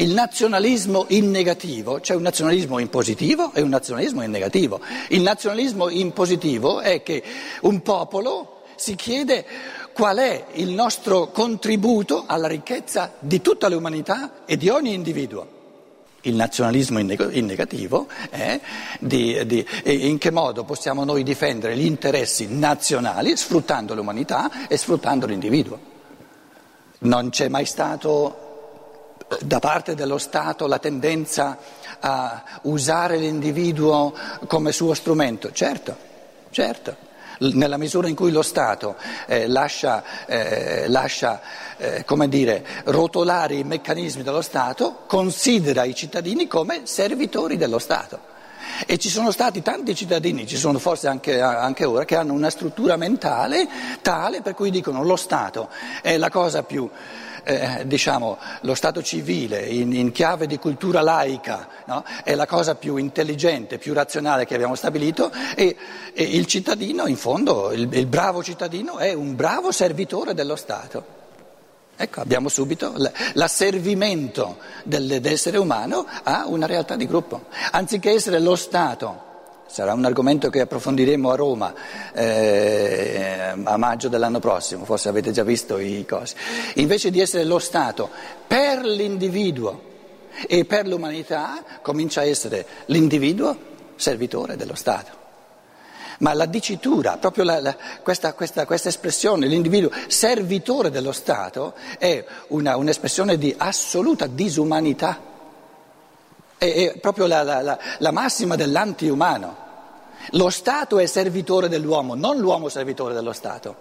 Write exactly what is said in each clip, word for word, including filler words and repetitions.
Il nazionalismo in negativo, c'è un nazionalismo in positivo e un nazionalismo in negativo. Il nazionalismo in positivo è che un popolo si chiede qual è il nostro contributo alla ricchezza di tutta l'umanità e di ogni individuo. Il nazionalismo in negativo è di, di, in che modo possiamo noi difendere gli interessi nazionali sfruttando l'umanità e sfruttando l'individuo. Non c'è mai stato da parte dello Stato la tendenza a usare l'individuo come suo strumento. Certo, certo. Nella misura in cui lo Stato eh, lascia, eh, lascia eh, come dire, rotolare i meccanismi dello Stato, considera i cittadini come servitori dello Stato. E ci sono stati tanti cittadini, ci sono forse anche, anche ora, che hanno una struttura mentale tale per cui dicono lo Stato è la cosa più... Eh, diciamo lo Stato civile in, in chiave di cultura laica, no? È la cosa più intelligente, più razionale che abbiamo stabilito e, e il cittadino in fondo, il, il bravo cittadino è un bravo servitore dello Stato. Ecco, abbiamo subito l- l'asservimento del, dell'essere umano a una realtà di gruppo, anziché essere lo Stato. Sarà un argomento che approfondiremo a Roma eh, a maggio dell'anno prossimo, forse avete già visto i cosi. Invece di essere lo Stato per l'individuo e per l'umanità, comincia a essere l'individuo servitore dello Stato. Ma la dicitura, proprio la, la, questa, questa, questa espressione, l'individuo servitore dello Stato, è una, un'espressione di assoluta disumanità. È proprio la, la, la, la massima dell'antiumano. Lo Stato è servitore dell'uomo, non l'uomo servitore dello Stato.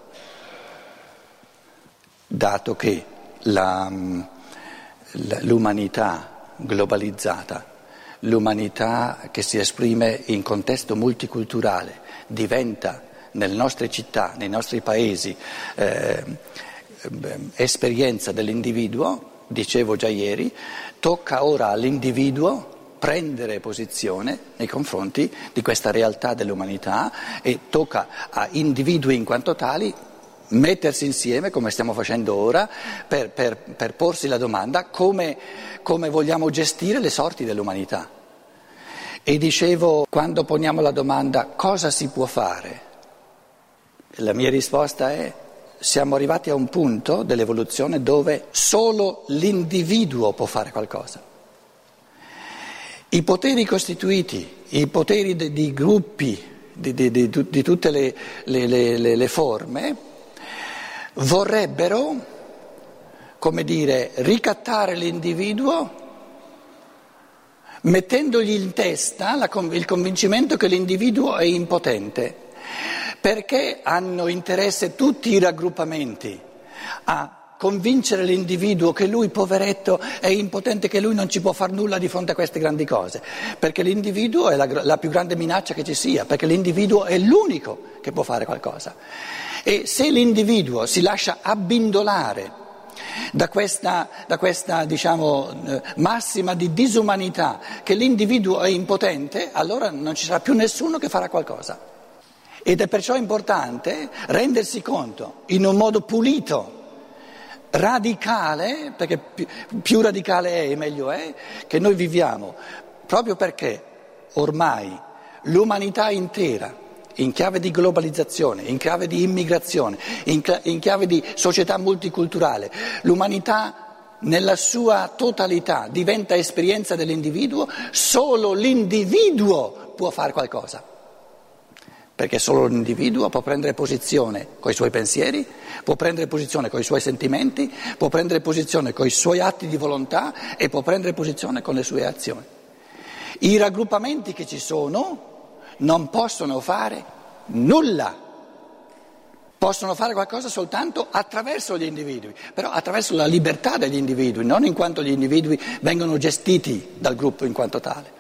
Dato che la, l'umanità globalizzata, l'umanità che si esprime in contesto multiculturale, diventa nelle nostre città, nei nostri paesi, eh, esperienza dell'individuo, dicevo già ieri, tocca ora all'individuo prendere posizione nei confronti di questa realtà dell'umanità e tocca a individui in quanto tali mettersi insieme, come stiamo facendo ora, per, per, per porsi la domanda come, come vogliamo gestire le sorti dell'umanità. E dicevo, quando poniamo la domanda cosa si può fare, la mia risposta è: siamo arrivati a un punto dell'evoluzione dove solo l'individuo può fare qualcosa. I poteri costituiti, i poteri di, di gruppi, di, di, di, di tutte le, le, le, le forme, vorrebbero, come dire, ricattare l'individuo mettendogli in testa la, il convincimento che l'individuo è impotente. Perché hanno interesse tutti i raggruppamenti a convincere l'individuo che lui, poveretto, è impotente, che lui non ci può far nulla di fronte a queste grandi cose? Perché l'individuo è la, la più grande minaccia che ci sia, perché l'individuo è l'unico che può fare qualcosa. E se l'individuo si lascia abbindolare da questa, da questa diciamo, eh, massima di disumanità che l'individuo è impotente, allora non ci sarà più nessuno che farà qualcosa. Ed è perciò importante rendersi conto, in un modo pulito, radicale, perché più, più radicale è e meglio è, che noi viviamo, proprio perché ormai l'umanità intera, in chiave di globalizzazione, in chiave di immigrazione, in, in chiave di società multiculturale, l'umanità nella sua totalità diventa esperienza dell'individuo, solo l'individuo può fare qualcosa. Perché solo l'individuo può prendere posizione coi suoi pensieri, può prendere posizione coi suoi sentimenti, può prendere posizione coi suoi atti di volontà e può prendere posizione con le sue azioni. I raggruppamenti che ci sono non possono fare nulla, possono fare qualcosa soltanto attraverso gli individui, però attraverso la libertà degli individui, non in quanto gli individui vengono gestiti dal gruppo in quanto tale.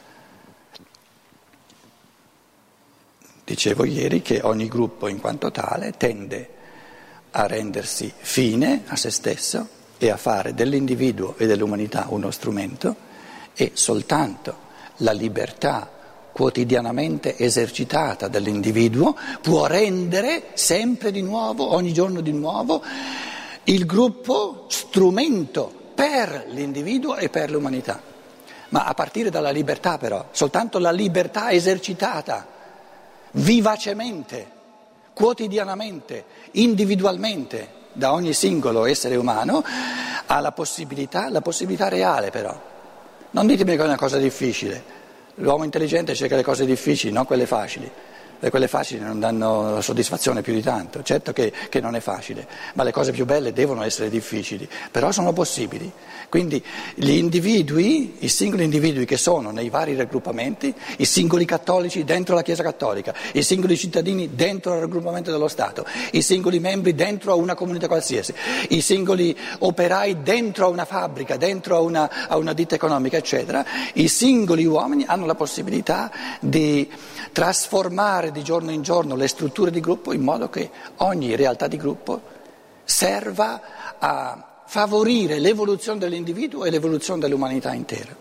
Dicevo ieri che ogni gruppo in quanto tale tende a rendersi fine a se stesso e a fare dell'individuo e dell'umanità uno strumento, e soltanto la libertà quotidianamente esercitata dall'individuo può rendere sempre di nuovo, ogni giorno di nuovo, il gruppo strumento per l'individuo e per l'umanità, ma a partire dalla libertà però, soltanto la libertà esercitata vivacemente, quotidianamente, individualmente da ogni singolo essere umano ha la possibilità, la possibilità reale però. Non ditemi che è una cosa difficile, l'uomo intelligente cerca le cose difficili, non quelle facili. E quelle facili non danno soddisfazione più di tanto, certo che, che non è facile, ma le cose più belle devono essere difficili, però sono possibili. Quindi gli individui, i singoli individui che sono nei vari raggruppamenti, i singoli cattolici dentro la Chiesa Cattolica, i singoli cittadini dentro il raggruppamento dello Stato, i singoli membri dentro a una comunità qualsiasi, i singoli operai dentro a una fabbrica, dentro a una, a una ditta economica, eccetera, i singoli uomini hanno la possibilità di trasformare di giorno in giorno le strutture di gruppo in modo che ogni realtà di gruppo serva a favorire l'evoluzione dell'individuo e l'evoluzione dell'umanità intera.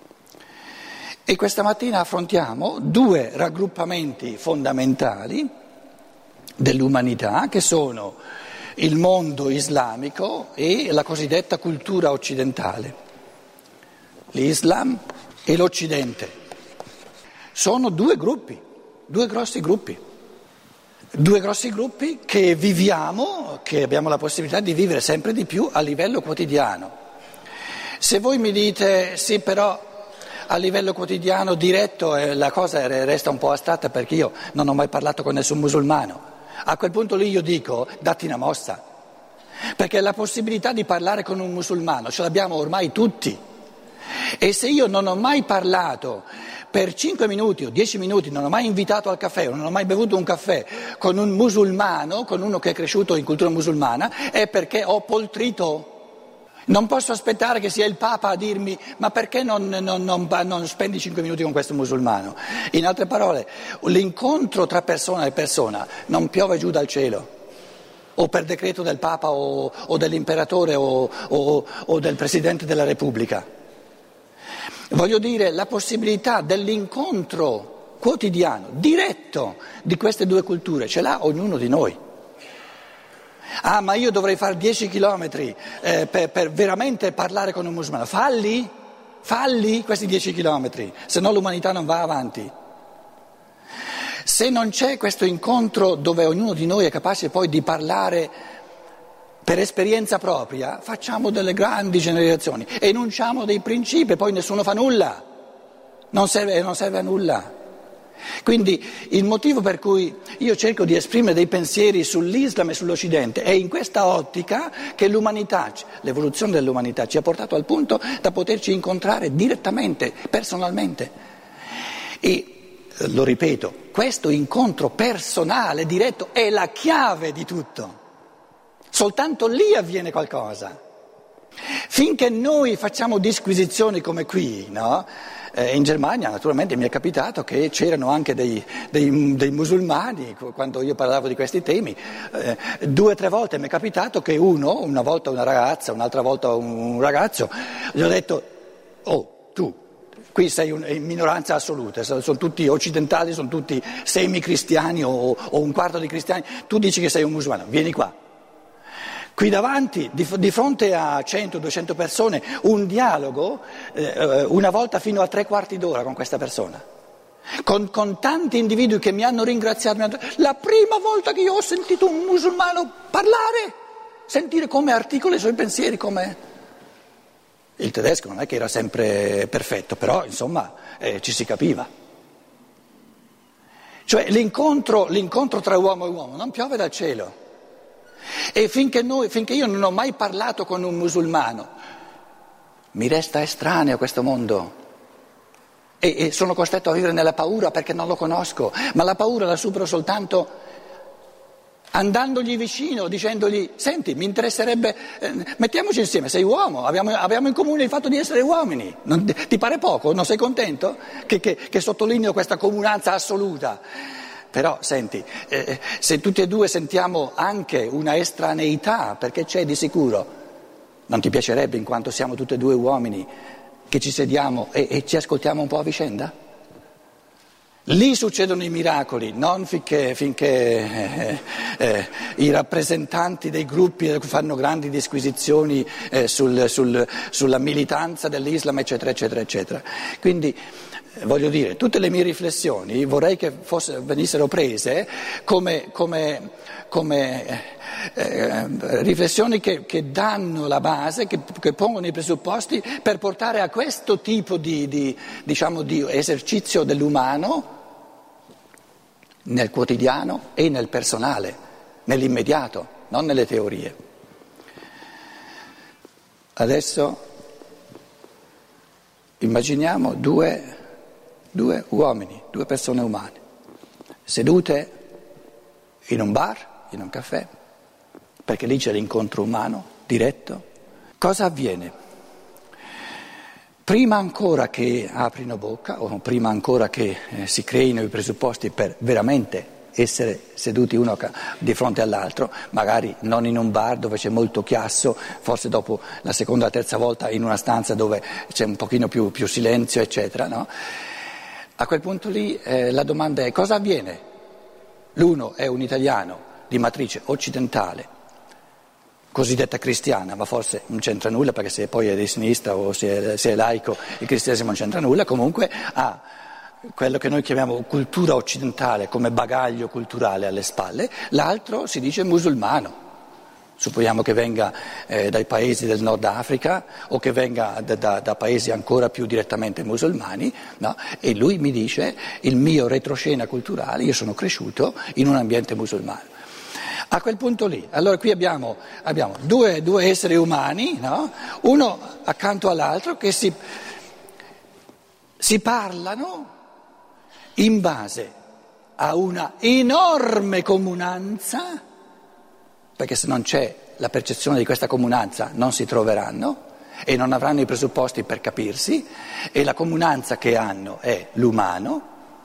E questa mattina affrontiamo due raggruppamenti fondamentali dell'umanità che sono il mondo islamico e la cosiddetta cultura occidentale. L'Islam e l'Occidente sono due gruppi. Due grossi gruppi, due grossi gruppi che viviamo, che abbiamo la possibilità di vivere sempre di più a livello quotidiano. Se voi mi dite sì però a livello quotidiano diretto eh, la cosa resta un po' astratta perché io non ho mai parlato con nessun musulmano, a quel punto lì io dico datti una mossa, perché la possibilità di parlare con un musulmano ce l'abbiamo ormai tutti e se io non ho mai parlato per cinque minuti o dieci minuti, non ho mai invitato al caffè, non ho mai bevuto un caffè con un musulmano, con uno che è cresciuto in cultura musulmana, è perché ho poltrito. Non posso aspettare che sia il Papa a dirmi ma perché non, non, non, non spendi cinque minuti con questo musulmano? In altre parole, l'incontro tra persona e persona non piove giù dal cielo, o per decreto del Papa o, o dell'imperatore o, o, o del Presidente della Repubblica. Voglio dire, la possibilità dell'incontro quotidiano, diretto di queste due culture, ce l'ha ognuno di noi. Ah, ma io dovrei fare dieci chilometri eh, per, per veramente parlare con un musulmano. Falli, falli questi dieci chilometri, se no l'umanità non va avanti. Se non c'è questo incontro dove ognuno di noi è capace poi di parlare per esperienza propria, facciamo delle grandi generazioni, enunciamo dei principi e poi nessuno fa nulla, non serve, non serve a nulla. Quindi il motivo per cui io cerco di esprimere dei pensieri sull'Islam e sull'Occidente è in questa ottica che l'umanità, l'evoluzione dell'umanità ci ha portato al punto da poterci incontrare direttamente, personalmente. E lo ripeto, questo incontro personale, diretto, è la chiave di tutto. Soltanto lì avviene qualcosa. Finché noi facciamo disquisizioni come qui, no? Eh, in Germania naturalmente mi è capitato che c'erano anche dei, dei, dei musulmani, quando io parlavo di questi temi, eh, due o tre volte mi è capitato che uno, una volta una ragazza, un'altra volta un ragazzo, gli ho detto, oh tu, qui sei un, in minoranza assoluta, sono tutti occidentali, sono tutti semi-cristiani o, o un quarto di cristiani, tu dici che sei un musulmano, vieni qua. Qui davanti, di, di fronte a cento duecento persone, un dialogo, eh, una volta fino a tre quarti d'ora con questa persona, con, con tanti individui che mi hanno ringraziato. Mi hanno... La prima volta che io ho sentito un musulmano parlare, sentire come articola i suoi pensieri, come... Il tedesco non è che era sempre perfetto, però insomma eh, ci si capiva. Cioè l'incontro, l'incontro tra uomo e uomo non piove dal cielo. E finché, noi, finché io non ho mai parlato con un musulmano, mi resta estraneo questo mondo e, e sono costretto a vivere nella paura perché non lo conosco, ma la paura la supero soltanto andandogli vicino, dicendogli, senti, mi interesserebbe, eh, mettiamoci insieme, sei uomo, abbiamo, abbiamo in comune il fatto di essere uomini, non, ti pare poco? Non sei contento? Che, che, che sottolineo questa comunanza assoluta. Però, senti, eh, se tutti e due sentiamo anche una estraneità, perché c'è di sicuro, non ti piacerebbe in quanto siamo tutti e due uomini che ci sediamo e, e ci ascoltiamo un po' a vicenda? Lì succedono i miracoli, non finché, finché eh, eh, i rappresentanti dei gruppi fanno grandi disquisizioni eh, sul, sul, sulla militanza dell'Islam, eccetera, eccetera, eccetera. Quindi, eh, voglio dire, tutte le mie riflessioni vorrei che fosse, venissero prese come, come, come eh, riflessioni che, che danno la base, che, che pongono i presupposti per portare a questo tipo di, di, diciamo, di esercizio dell'umano nel quotidiano e nel personale, nell'immediato, non nelle teorie. Adesso immaginiamo due, due uomini, due persone umane, sedute in un bar, in un caffè, perché lì c'è l'incontro umano, diretto. Cosa avviene? Prima ancora che aprino bocca, o prima ancora che eh, si creino i presupposti per veramente essere seduti uno di fronte all'altro, magari non in un bar dove c'è molto chiasso, forse dopo la seconda o la terza volta in una stanza dove c'è un pochino più, più silenzio, eccetera, no? A quel punto lì eh, la domanda è: cosa avviene? L'uno è un italiano di matrice occidentale, cosiddetta cristiana, ma forse non c'entra nulla, perché se poi è di sinistra o se è, se è laico il cristianesimo non c'entra nulla, comunque ha quello che noi chiamiamo cultura occidentale come bagaglio culturale alle spalle. L'altro si dice musulmano, supponiamo che venga eh, dai paesi del Nord Africa o che venga da, da, da paesi ancora più direttamente musulmani, no? E lui mi dice: il mio retroscena culturale, io sono cresciuto in un ambiente musulmano. A quel punto lì, allora qui abbiamo, abbiamo due, due esseri umani, no? Uno accanto all'altro, che si, si parlano in base a una enorme comunanza, perché se non c'è la percezione di questa comunanza non si troveranno e non avranno i presupposti per capirsi, e la comunanza che hanno è l'umano,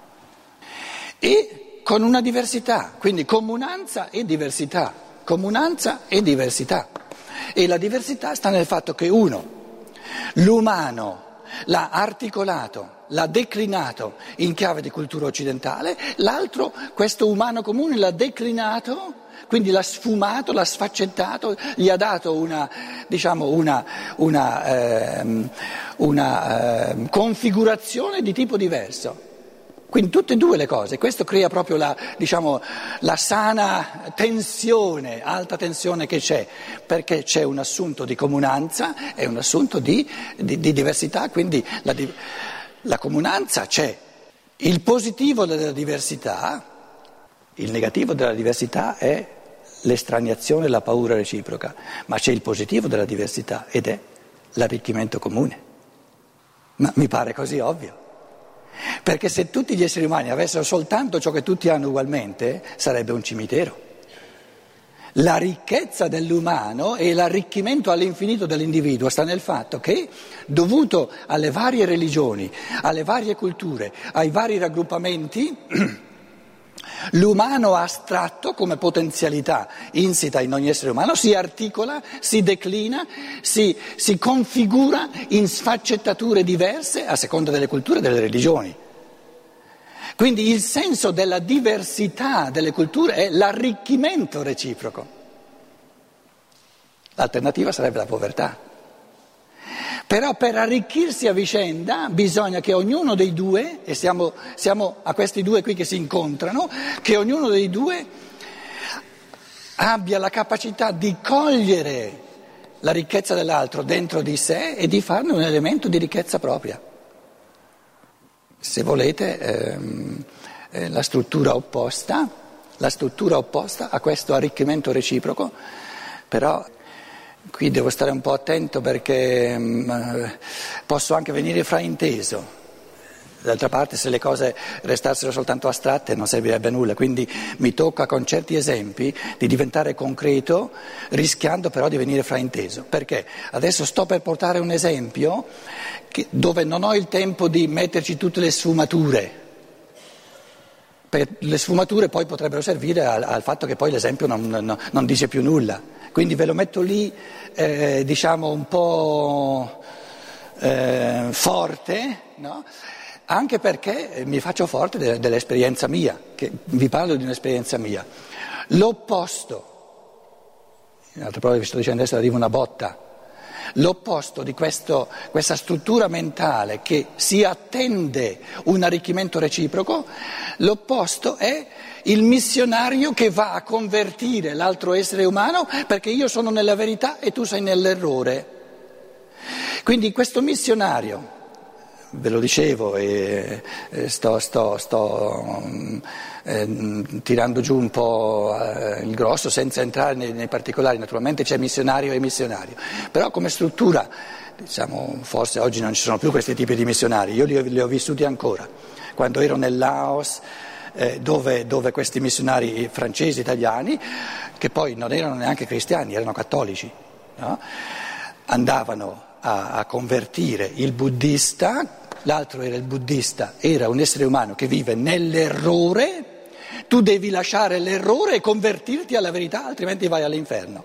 e con una diversità, quindi comunanza e diversità, comunanza e diversità. E la diversità sta nel fatto che uno, l'umano, l'ha articolato, l'ha declinato in chiave di cultura occidentale, l'altro, questo umano comune, l'ha declinato, quindi l'ha sfumato, l'ha sfaccettato, gli ha dato una, diciamo, una, una, eh, una eh, configurazione di tipo diverso. Quindi tutte e due le cose, questo crea proprio la, diciamo, la sana tensione, alta tensione che c'è, perché c'è un assunto di comunanza e un assunto di, di, di diversità, quindi la, la comunanza c'è. Il positivo della diversità, il negativo della diversità è l'estraniazione, la paura reciproca, ma c'è il positivo della diversità ed è l'arricchimento comune. Ma mi pare così ovvio. Perché se tutti gli esseri umani avessero soltanto ciò che tutti hanno ugualmente, sarebbe un cimitero. La ricchezza dell'umano e l'arricchimento all'infinito dell'individuo sta nel fatto che, dovuto alle varie religioni, alle varie culture, ai vari raggruppamenti, l'umano astratto come potenzialità insita in ogni essere umano si articola, si declina, si, si configura in sfaccettature diverse a seconda delle culture e delle religioni. Quindi il senso della diversità delle culture è l'arricchimento reciproco. L'alternativa sarebbe la povertà. Però per arricchirsi a vicenda bisogna che ognuno dei due, e siamo, siamo a questi due qui che si incontrano, che ognuno dei due abbia la capacità di cogliere la ricchezza dell'altro dentro di sé e di farne un elemento di ricchezza propria. Se volete, ehm, eh, la struttura opposta, la struttura opposta a questo arricchimento reciproco, però qui devo stare un po' attento perché mh, posso anche venire frainteso. D'altra parte, se le cose restassero soltanto astratte non servirebbe a nulla, quindi mi tocca con certi esempi di diventare concreto, rischiando però di venire frainteso. Perché adesso sto per portare un esempio che, dove non ho il tempo di metterci tutte le sfumature, perché le sfumature poi potrebbero servire al, al fatto che poi l'esempio non, non, non dice più nulla. Quindi ve lo metto lì, eh, diciamo un po' eh, forte, no? anche perché mi faccio forte de- dell'esperienza mia, che vi parlo di un'esperienza mia. L'opposto, in altre parole che sto dicendo adesso arriva una botta, l'opposto di questo, questa struttura mentale che si attende un arricchimento reciproco, l'opposto è il missionario che va a convertire l'altro essere umano perché io sono nella verità e tu sei nell'errore. Quindi questo missionario, ve lo dicevo e sto, sto, sto eh, tirando giù un po' eh, il grosso senza entrare nei, nei particolari, naturalmente c'è missionario e missionario, però come struttura, diciamo, forse oggi non ci sono più questi tipi di missionari, io li ho, li ho vissuti ancora, quando ero nel Laos, eh, dove, dove questi missionari francesi, italiani, che poi non erano neanche cristiani, erano cattolici, no? Andavano a, a convertire il buddista. L'altro era il buddista, era un essere umano che vive nell'errore, tu devi lasciare l'errore e convertirti alla verità, altrimenti vai all'inferno.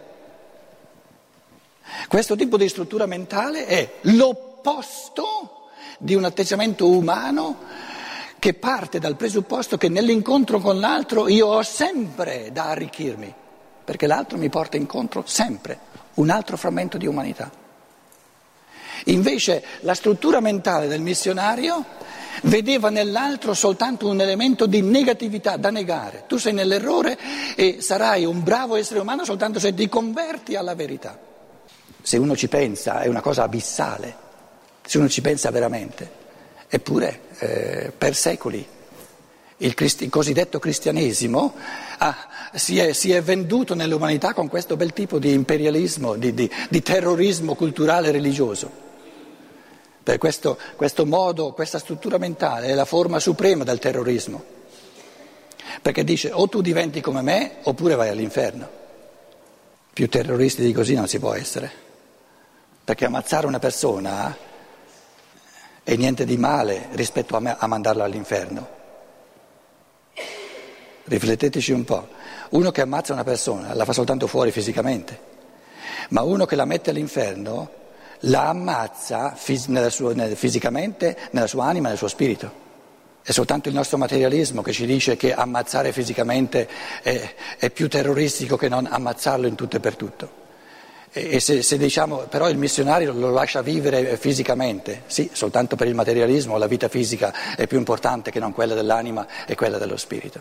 Questo tipo di struttura mentale è l'opposto di un atteggiamento umano che parte dal presupposto che nell'incontro con l'altro io ho sempre da arricchirmi, perché l'altro mi porta incontro sempre un altro frammento di umanità. Invece la struttura mentale del missionario vedeva nell'altro soltanto un elemento di negatività da negare. Tu sei nell'errore e sarai un bravo essere umano soltanto se ti converti alla verità. Se uno ci pensa è una cosa abissale, se uno ci pensa veramente. Eppure eh, per secoli il, cristi- il cosiddetto cristianesimo ah, si, è, si è venduto nell'umanità con questo bel tipo di imperialismo, di, di, di terrorismo culturale e religioso. Per questo, questo modo, questa struttura mentale è la forma suprema del terrorismo, perché dice o tu diventi come me oppure vai all'inferno. Più terroristi di così non si può essere, perché ammazzare una persona è niente di male rispetto a, me, a mandarla all'inferno. Rifletteteci un po', uno che ammazza una persona la fa soltanto fuori fisicamente, ma uno che la mette all'inferno la ammazza fis- nella sua, nel, fisicamente, nella sua anima, nel suo spirito. È soltanto il nostro materialismo che ci dice che ammazzare fisicamente è, è più terroristico che non ammazzarlo in tutto e per tutto. E, e se, se diciamo però il missionario lo lascia vivere fisicamente, sì, soltanto per il materialismo la vita fisica è più importante che non quella dell'anima e quella dello spirito.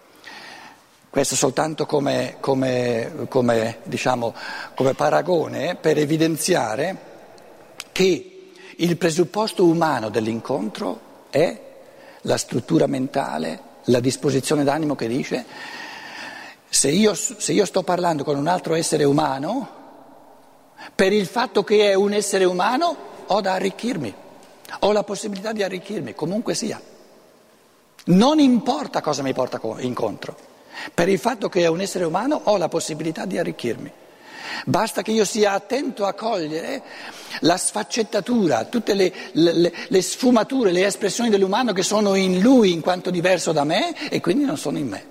Questo soltanto come, come, come, diciamo, come paragone per evidenziare che il presupposto umano dell'incontro è la struttura mentale, la disposizione d'animo che dice se io, se io sto parlando con un altro essere umano, per il fatto che è un essere umano ho da arricchirmi, ho la possibilità di arricchirmi, comunque sia. Non importa cosa mi porta incontro, per il fatto che è un essere umano ho la possibilità di arricchirmi. Basta che io sia attento a cogliere la sfaccettatura, tutte le, le, le sfumature, le espressioni dell'umano che sono in lui in quanto diverso da me e quindi non sono in me.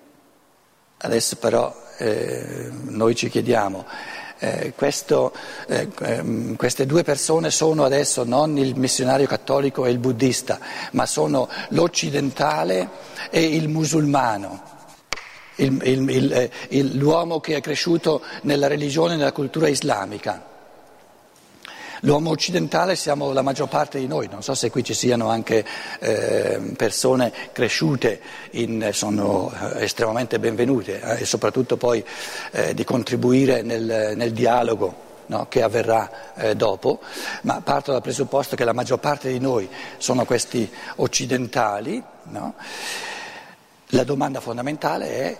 Adesso però eh, noi ci chiediamo, eh, questo, eh, eh, queste due persone sono adesso non il missionario cattolico e il buddista, ma sono l'occidentale e il musulmano. Il, il, il, il, l'uomo che è cresciuto nella religione e nella cultura islamica. L'uomo occidentale siamo la maggior parte di noi, non so se qui ci siano anche eh, persone cresciute, in, sono estremamente benvenute eh, e soprattutto poi eh, di contribuire nel, nel dialogo, no, che avverrà eh, dopo, ma parto dal presupposto che la maggior parte di noi sono questi occidentali, no? La domanda fondamentale è,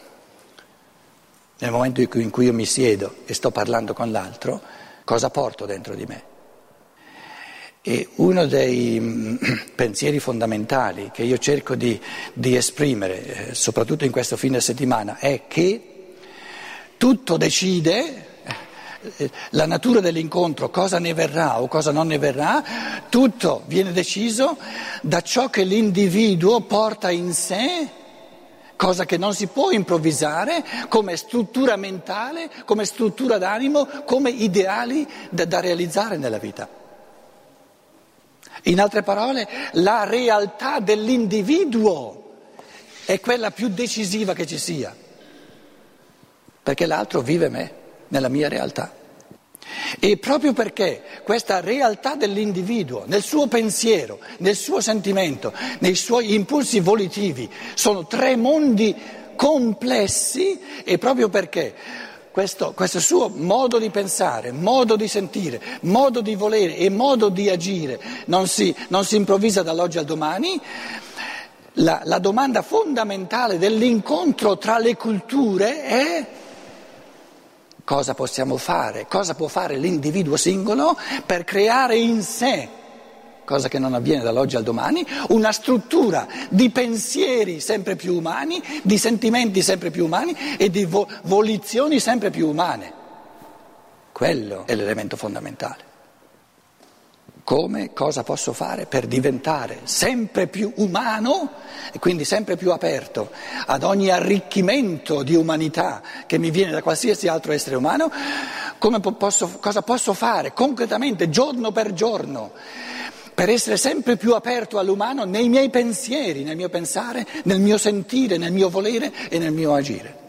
nel momento in cui io mi siedo e sto parlando con l'altro, cosa porto dentro di me? E uno dei mh, pensieri fondamentali che io cerco di, di esprimere, eh, soprattutto in questo fine settimana, è che tutto decide, eh, la natura dell'incontro, cosa ne verrà o cosa non ne verrà, tutto viene deciso da ciò che l'individuo porta in sé, cosa che non si può improvvisare, come struttura mentale, come struttura d'animo, come ideali da, da realizzare nella vita. In altre parole, la realtà dell'individuo è quella più decisiva che ci sia, perché l'altro vive me, nella mia realtà. E proprio perché questa realtà dell'individuo, nel suo pensiero, nel suo sentimento, nei suoi impulsi volitivi, sono tre mondi complessi, e proprio perché questo, questo suo modo di pensare, modo di sentire, modo di volere e modo di agire non si, non si improvvisa dall'oggi al domani, la, la domanda fondamentale dell'incontro tra le culture è: cosa possiamo fare, cosa può fare l'individuo singolo per creare in sé, cosa che non avviene dall'oggi al domani, una struttura di pensieri sempre più umani, di sentimenti sempre più umani e di vo- volizioni sempre più umane. Quello è l'elemento fondamentale. Come, cosa posso fare per diventare sempre più umano e quindi sempre più aperto ad ogni arricchimento di umanità che mi viene da qualsiasi altro essere umano? Come posso, cosa posso fare concretamente, giorno per giorno, per essere sempre più aperto all'umano nei miei pensieri, nel mio pensare, nel mio sentire, nel mio volere e nel mio agire?